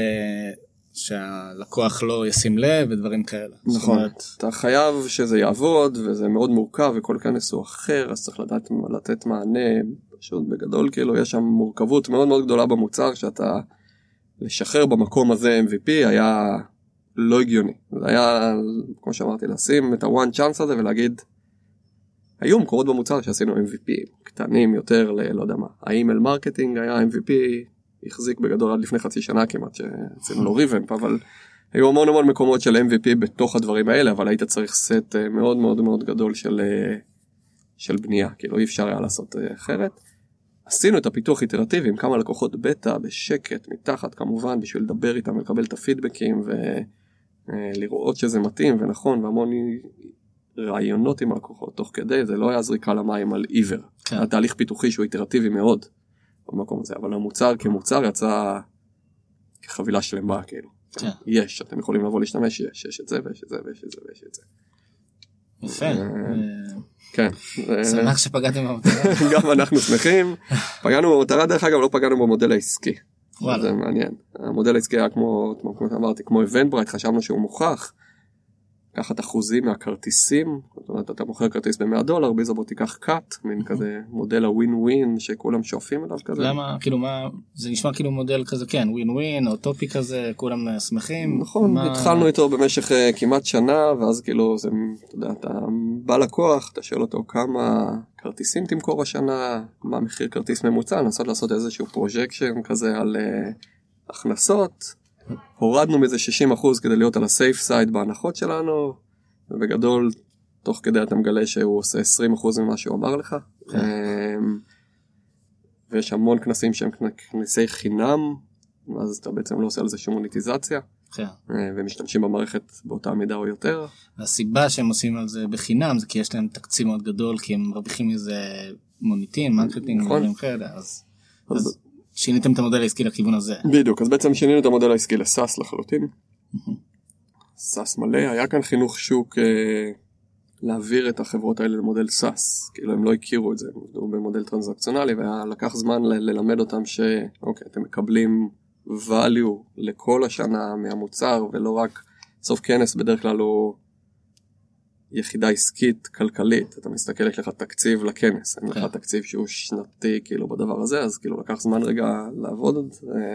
Speaker 1: שהלקוח לא ישים לב ודברים כאלה.
Speaker 2: נכון, אתה חייב שזה יעבוד וזה מאוד מורכב וכל כנס הוא אחר, אז צריך לדעת לתת מענה, פשוט בגדול כאילו יש שם מורכבות מאוד מאוד גדולה במוצר, שאתה לשחרר במקום הזה MVP היה לא הגיוני. זה היה, כמו שאמרתי, לשים את ה-one chance הזה ולהגיד, היו מקורות במוצר שעשינו MVP, קטנים יותר לא יודע מה, האימייל מרקטינג היה MVP, החזיק בגדול עד לפני חצי שנה כמעט שעשינו לו ריבמפ, אבל היו המון המון מקומות של MVP בתוך הדברים האלה, אבל היית צריך סט מאוד מאוד מאוד גדול של בנייה, כאילו אי אפשר היה לעשות אחרת. עשינו את הפיתוח איטרטיבי עם כמה לקוחות בטא בשקט מתחת כמובן, בשביל לדבר איתם ולקבל את הפידבקים ולראות שזה מתאים ונכון, והמון רעיונות עם הלקוחות תוך כדי, זה לא היה זריקה למים על עיוור. היה תהליך פיתוחי שהוא איטרטיבי מאוד במקום הזה, אבל המוצר כמוצר יצא כחבילה שלמה, כאילו. יש, אתם יכולים לבוא להשתמש, יש את זה ויש את זה ויש את זה ויש את זה.
Speaker 1: יפה.
Speaker 2: כן.
Speaker 1: שמח שפגעתם במטרה.
Speaker 2: גם אנחנו שמחים. פגענו במטרה, דרך אגב, לא פגענו במודל העסקי. זה מעניין. המודל העסקי היה כמו אמרתי, כמו Eventbrite, חשבנו שהוא מוכח. לקחת אחוזים מהכרטיסים, זאת אומרת, אתה מוכר כרטיס $100, ביזאבו תיקח קאט, מין כזה מודל הווין ווין שכולם שואפים אליו כזה.
Speaker 1: למה, כאילו מה, זה נשמע כאילו מודל כזה, כן, ווין ווין, או טופי כזה, כולם שמחים.
Speaker 2: נכון, התחלנו איתו במשך כמעט שנה, ואז כאילו, זה, אתה יודע, אתה בא לקוח, אתה שואל אותו כמה כרטיסים תמכור השנה, מה מחיר כרטיס ממוצע, ננסות לעשות איזשהו פרוז'קשן כזה על הכנסות, הורדנו מזה 60% כדי להיות על הסייף סייד בהנחות שלנו, ובגדול, תוך כדי אתה מגלה שהוא עושה 20% ממה שהוא אמר לך. ויש המון כנסים שהם כנסי חינם, אז אתה בעצם לא עושה על זה שום מוניטיזציה,
Speaker 1: כן.
Speaker 2: ומשתמשים במערכת באותה מידה או יותר.
Speaker 1: והסיבה שהם עושים על זה בחינם, זה כי יש להם תקציב מאוד גדול, כי הם מרוויחים מזה מוניטין, מרקטינג, דברים כאלה, אז שיניתם את המודל העסקי לכיוון הזה.
Speaker 2: בדיוק, אז בעצם שינינו את המודל העסקי לסאס לחלוטין. סאס מלא, היה כאן חינוך שוק להעביר את החברות האלה למודל סאס, כאילו הם לא הכירו את זה, הם עבדו במודל טרנזקציונלי, ולקח זמן ללמד אותם שאוקיי, אתם מקבלים value לכל השנה מהמוצר, ולא רק סוף כנס בדרך כלל הוא יחידה עסקית כלכלית, אתה מסתכל, יש לך תקציב לכנס, אין לך תקציב שהוא שנתי כאילו בדבר הזה, אז כאילו לקח זמן רגע לעבוד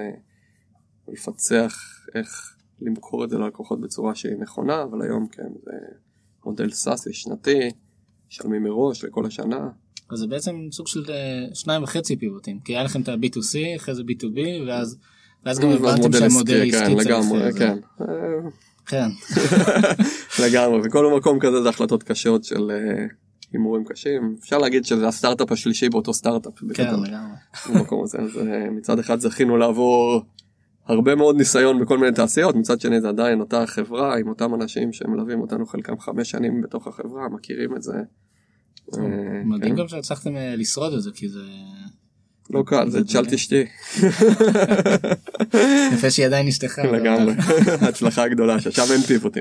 Speaker 2: ולפצח איך למכור את זה ללקוחות בצורה שהיא נכונה, אבל היום כן, זה מודל סאסי שנתי, שלמים מראש לכל השנה.
Speaker 1: אז זה בעצם סוג של 2.5 פיבוטים, כי היה לכם את ה-B2C, אחרי זה B2B, ואז גם הבנתם שהמודל העסקי צריך.
Speaker 2: כן.
Speaker 1: כן.
Speaker 2: לגמרי, וכל מקום כזה זה החלטות קשות של הימורים קשים. אפשר להגיד שזה הסטארט-אפ השלישי באותו סטארט-אפ.
Speaker 1: כן, לגמרי.
Speaker 2: במקום הזה, אז מצד אחד זכינו לעבור הרבה מאוד ניסיון בכל מיני תעשיות, מצד שני זה עדיין אותה חברה, עם אותם אנשים שמלווים אותנו חלקם 5 שנים בתוך החברה, מכירים את זה.
Speaker 1: מדהים גם שהצלחתם לשרוד את זה, כי זה...
Speaker 2: לא קל, זה תשאלת אשתי.
Speaker 1: יפה שהיא עדיין אשתך.
Speaker 2: לגמרי, הצלחה גדולה, ששם אין פיבוטים.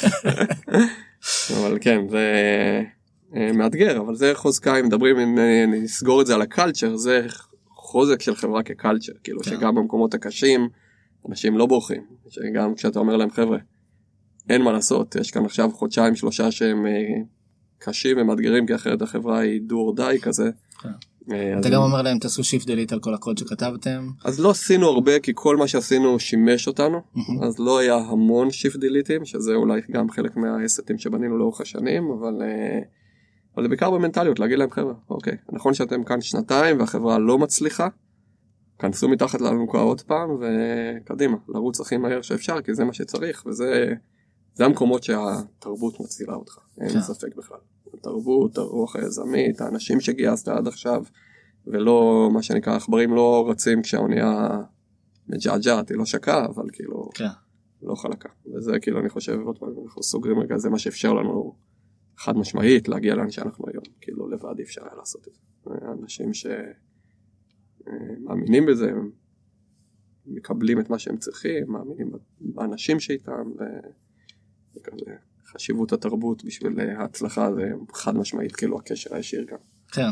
Speaker 2: אבל כן, זה מאתגר, אבל זה חוזקה, אם מדברים, אם נסגור את זה על הקלצ'ר, זה חוזק של חברה כקלצ'ר, כאילו שגם במקומות הקשים, אנשים לא בורחים, שגם כשאתה אומר להם, חבר'ה, אין מה לעשות, יש כאן עכשיו 1-2-3 שהם קשים ומאתגרים, כי אחרת החברה היא do or die כזה.
Speaker 1: אתה גם אומר להם, תעשו שיפט דליט על כל הקוד שכתבתם.
Speaker 2: אז לא עשינו הרבה, כי כל מה שעשינו שימש אותנו, אז לא היה המון שיפט דליטים, שזה אולי גם חלק מהאסטים שבנינו לאורך השנים, אבל זה בעיקר במנטליות, להגיד להם, חבר'ה, אוקיי, נכון שאתם כאן 2 והחברה לא מצליחה, כנסו מתחת לאלונקה עוד פעם, וקדימה, לרוץ הכי מהר שאפשר, כי זה מה שצריך, וזה המקומות שהתרבות מצילה אותך, אין ספק בכלל. התרבות, הרוח היזמית, האנשים שגייסת עד עכשיו, ולא, מה שנקרא, עכברים לא רצים כשהאונייה מג'עג'עת, היא לא שקעה, אבל כאילו, לא חלקה. וזה כאילו, אני חושב, אנחנו סוגרים רגע, זה מה שאפשר לנו חד משמעית, להגיע לאן שאנחנו היום. כאילו, לבד אפשר היה לעשות את זה. אנשים שמאמינים בזה, מקבלים את מה שהם צריכים, מאמינים באנשים שאיתם, וכזה. חשיבות התרבות בשביל ההצלחה זה חד משמעית, כאילו הקשר הישיר גם.
Speaker 1: כן.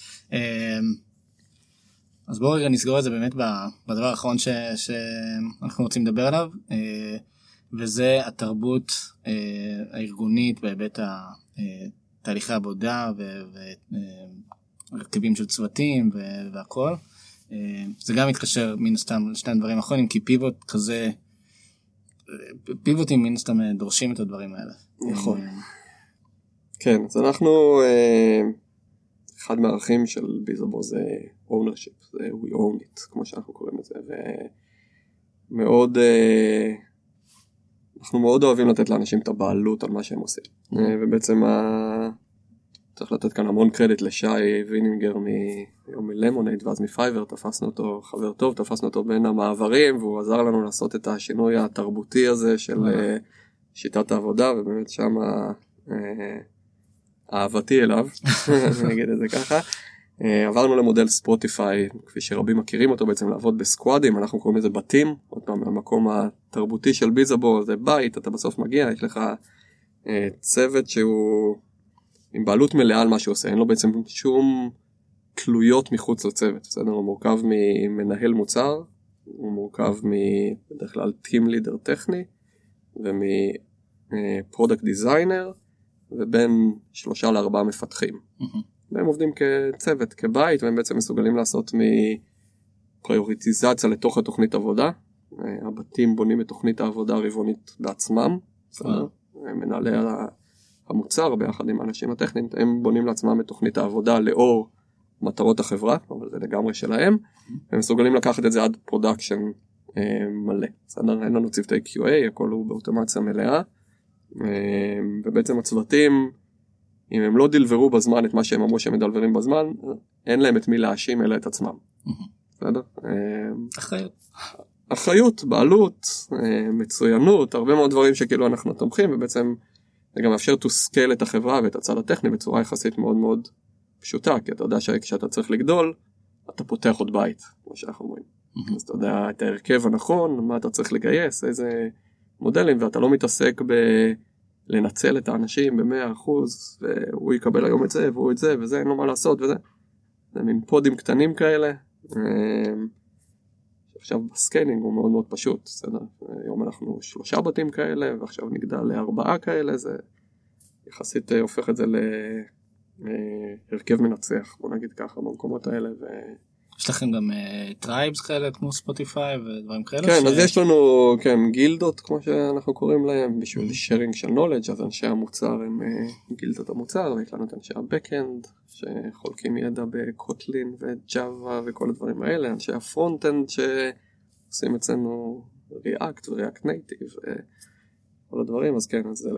Speaker 1: אז בואו רגע נסגור את זה באמת בדבר האחרון שאנחנו רוצים לדבר עליו, וזה התרבות הארגונית בהיבט תהליכי עבודה ורכיבים של צוותים והכל. זה גם מתקשר מן הסתם לשני הדברים האחרונים, כי פיבוט כזה, פיבוטים מן הסתם דורשים את הדברים האלה.
Speaker 2: נכון. כן, אז אנחנו, אחד מהערכים של ביזאבו זה ownership, זה we own it, כמו שאנחנו קוראים את זה, ומאוד, אנחנו מאוד אוהבים לתת לאנשים את הבעלות על מה שהם עושים, ובעצם צריך לתת כאן המון קרדיט לשי וינינגר מלמונייד ואז מפייבר, תפסנו אותו, חבר טוב, תפסנו אותו בין המעברים, והוא עזר לנו לעשות את השינוי התרבותי הזה של שיטת העבודה, ובאמת שם אהבתי אליו, אני אגיד את זה ככה. עברנו למודל ספוטיפיי, כפי שרבים מכירים אותו, בעצם לעבוד בסקואדים, אנחנו קוראים לזה בתים, עוד פעם, המקום התרבותי של ביזאבו, זה בית, אתה בסוף מגיע, יש לך צוות שהוא עם בעלות מלאה על מה שהוא עושה, אין לו בעצם שום תלויות מחוץ לצוות, בסדר? הוא מורכב ממנהל מוצר, הוא מורכב בדרך כלל טים לידר טכני, ומפרודקט דיזיינר, ובין 3-4 מפתחים. והם עובדים כצוות, כבית, והם בעצם מסוגלים לעשות מפריוריטיזציה לתוך התוכנית עבודה. הבתים בונים את תוכנית העבודה הרבעונית בעצמם, בסדר? מנהלי המוצר ביחד עם האנשים הטכניים, הם בונים לעצמם את תוכנית העבודה לאור מטרות החברה, אבל זה לגמרי שלהם, הם מסוגלים לקחת את זה עד פרודקשן מלא. בסדר? אין לנו צוותי QA, הכל הוא באוטומציה מלאה, ובעצם הצוותים, אם הם לא דלברו בזמן את מה שהם אמרו שהם מדלברים בזמן, אין להם את מי להאשים אלא את עצמם. בסדר?
Speaker 1: אחריות.
Speaker 2: אחריות, בעלות, מצוינות, הרבה מאוד דברים שכאילו אנחנו תומכים, ובעצם זה גם מאפשר to scale את החברה ואת הצד הטכני בצורה יחסית מאוד מאוד פשוטה, כי אתה יודע שכשאתה צריך לגדול, אתה פותח עוד בית, כמו שאנחנו אומרים. אז אתה יודע את ההרכב הנכון, מה אתה צריך לגייס, איזה מודלים, ואתה לא מתעסק לנצל את האנשים ב100%, והוא יקבל היום את זה, והוא את זה, וזה, אין לו מה לעשות, וזה. זה מין פודים קטנים כאלה. עכשיו בסקיילינג הוא מאוד מאוד פשוט, בסדר? היום אנחנו 3 בתים כאלה, ועכשיו נגדל ל4 כאלה, זה יחסית הופך את זה להרכב מנצח, בוא נגיד ככה, במקומות האלה.
Speaker 1: יש לכם גם טרייבס כאלה, כמו ספוטיפיי ודברים כאלה?
Speaker 2: כן, אז יש לנו, כן, גילדות, כמו שאנחנו קוראים להם, בשביל sharing של knowledge, אז אנשי המוצר הם גילדות המוצר, ויש לנו את אנשי הבקאנד, שחולקים ידע בקוטלין וג'אווה וכל הדברים האלה, אנשי הפרונט-אנד שעושים אצלנו React ו-React Native וכל הדברים, אז כן, אז זה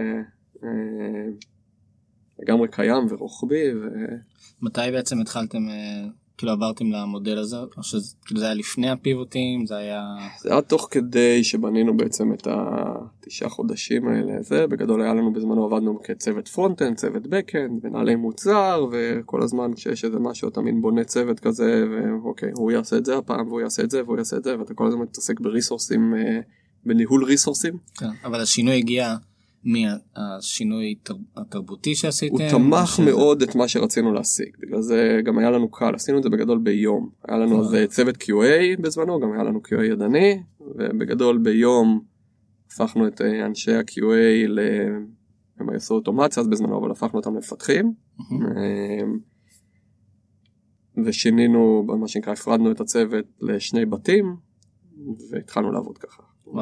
Speaker 2: לגמרי קיים ורוחבי.
Speaker 1: מתי בעצם התחלתם, כאילו עברתם למודל הזה, או שזה היה לפני הפיבוטים, זה היה
Speaker 2: תוך כדי שבנינו בעצם את 9 חודשים האלה, זה בגדול היה לנו בזמנו, עבדנו כצוות פרונט-אנד, צוות בק-אנד, מנהלי מוצר, וכל הזמן כשיש איזה משהו, אתה מין בונה צוות כזה, ואוקיי, הוא יעשה את זה הפעם, והוא יעשה את זה, והוא יעשה את זה, ואתה כל הזמן מתעסק בריסורסים, בניהול ריסורסים.
Speaker 1: כן, אבל השינוי הגיע מהשינוי התרבותי שעשיתם?
Speaker 2: הוא תמך מאוד את מה שרצינו להשיג, בגלל זה גם היה לנו קל, עשינו את זה בגדול ביום, היה לנו אז צוות QA בזמנו, גם היה לנו QA ידני, ובגדול ביום הפכנו את אנשי ה-QA הם עשו אוטומציה אז בזמנו, אבל הפכנו אותם למפתחים, ושינינו, מה שנקרא, הפרדנו את הצוות ל2 בתים, והתחלנו לעבוד ככה.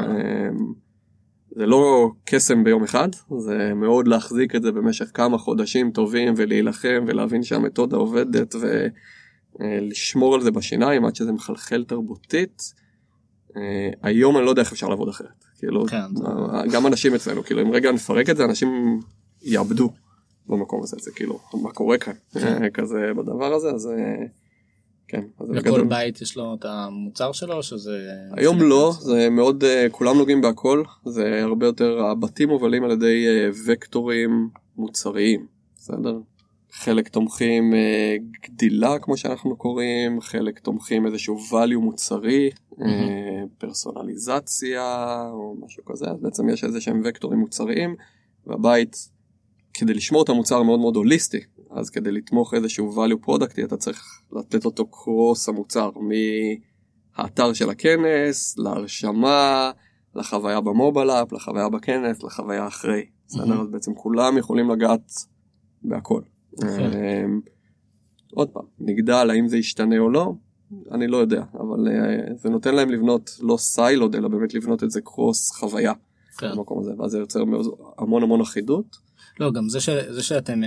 Speaker 2: זה לא קסם ביום אחד, זה מאוד להחזיק את זה במשך כמה חודשים טובים ולהילחם ולהבין שהמתודה עובדת ולשמור על זה בשיניים עד שזה מחלחל תרבותית. היום אני לא יודע איך אפשר לעבוד אחרת. כאילו, גם אנשים אצלנו, כאילו אם רגע נפרק את זה, אנשים יאבדו במקום הזה, זה כאילו, מה קורה כאן? כזה בדבר הזה, אז כן.
Speaker 1: לכל בית יש לו את המוצר שלו, שזה
Speaker 2: היום לא, זה מאוד, כולם נוגעים בהכל, זה הרבה יותר, הבתים מובלים על ידי וקטורים מוצריים, בסדר? חלק תומכים גדילה, כמו שאנחנו קוראים, חלק תומכים איזשהו value מוצרי, פרסונליזציה, או משהו כזה, אז בעצם יש איזה שהם וקטורים מוצריים, והבית, כדי לשמור את המוצר מאוד מאוד הוליסטי, אז כדי לתמוך איזשהו value productי, אתה צריך לתת אותו קרוס המוצר, מהאתר של הכנס, להרשמה, לחוויה במובייל אפ, לחוויה בכנס, לחוויה אחרי. בסדר? אז בעצם כולם יכולים לגעת בהכל. עוד פעם, נגדל, האם זה ישתנה או לא? אני לא יודע, אבל זה נותן להם לבנות לא סיילוד, אלא באמת לבנות את זה קרוס חוויה במקום הזה, ואז זה יוצר המון המון אחידות.
Speaker 1: לא, גם זה שאתם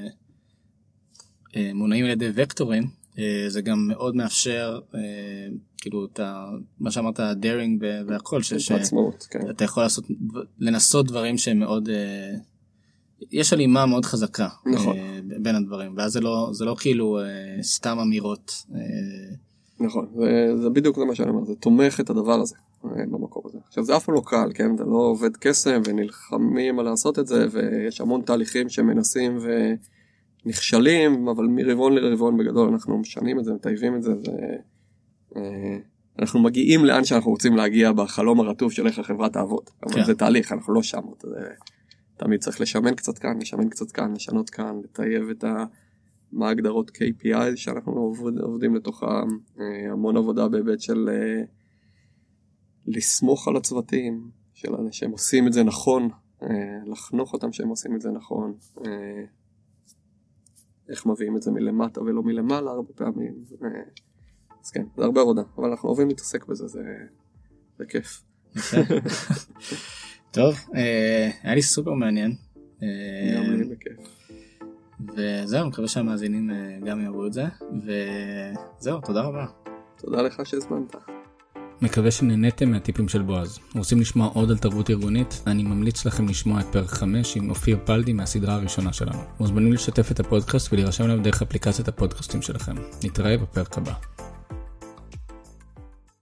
Speaker 1: מונעים על ידי וקטורים, זה גם מאוד מאפשר, כאילו, מה שאמרת, daring והכל, שאתה יכול לנסות דברים שהם מאוד, יש הלימה מאוד חזקה בין הדברים, ואז זה לא כאילו סתם אמירות.
Speaker 2: נכון, זה בדיוק מה שאני אומר, זה תומך את הדבר הזה במקום הזה. עכשיו זה אף פעם לא קל, כן? זה לא עובד קסם ונלחמים על לעשות את זה, ויש המון תהליכים שמנסים ונכשלים, אבל מרבעון לרבעון בגדול אנחנו משנים את זה, מטייבים את זה, אנחנו מגיעים לאן שאנחנו רוצים להגיע בחלום הרטוב של איך החברה תעבוד. אבל זה תהליך, אנחנו לא שם. תמיד צריך לשמן קצת כאן, לשמן קצת כאן, לשנות כאן, לטייב את מה הגדרות KPI שאנחנו עובדים לתוך המון עבודה בהיבט של לסמוך על הצוותים, של שהם עושים את זה נכון, לחנוך אותם שהם עושים את זה נכון, איך מביאים את זה מלמטה ולא מלמעלה הרבה פעמים. אז כן, זה הרבה עבודה, אבל אנחנו אוהבים להתעסק בזה, זה כיף.
Speaker 1: טוב, היה לי סופר מעניין.
Speaker 2: גם לי בכיף.
Speaker 1: וזהו, מקווה שהמאזינים גם יעברו את זה, וזהו, תודה רבה.
Speaker 2: תודה לך שהזמנת.
Speaker 1: מקווה שנהניתם מהטיפים של בועז. רוצים לשמוע עוד על תרבות ארגונית? אני ממליץ לכם לשמוע את פרק 5 עם אופיר פלדי מהסדרה הראשונה שלנו. מוזמנים לשתף את הפודקאסט ולהירשם אליו דרך אפליקציית הפודקאסטים שלכם. נתראה בפרק הבא.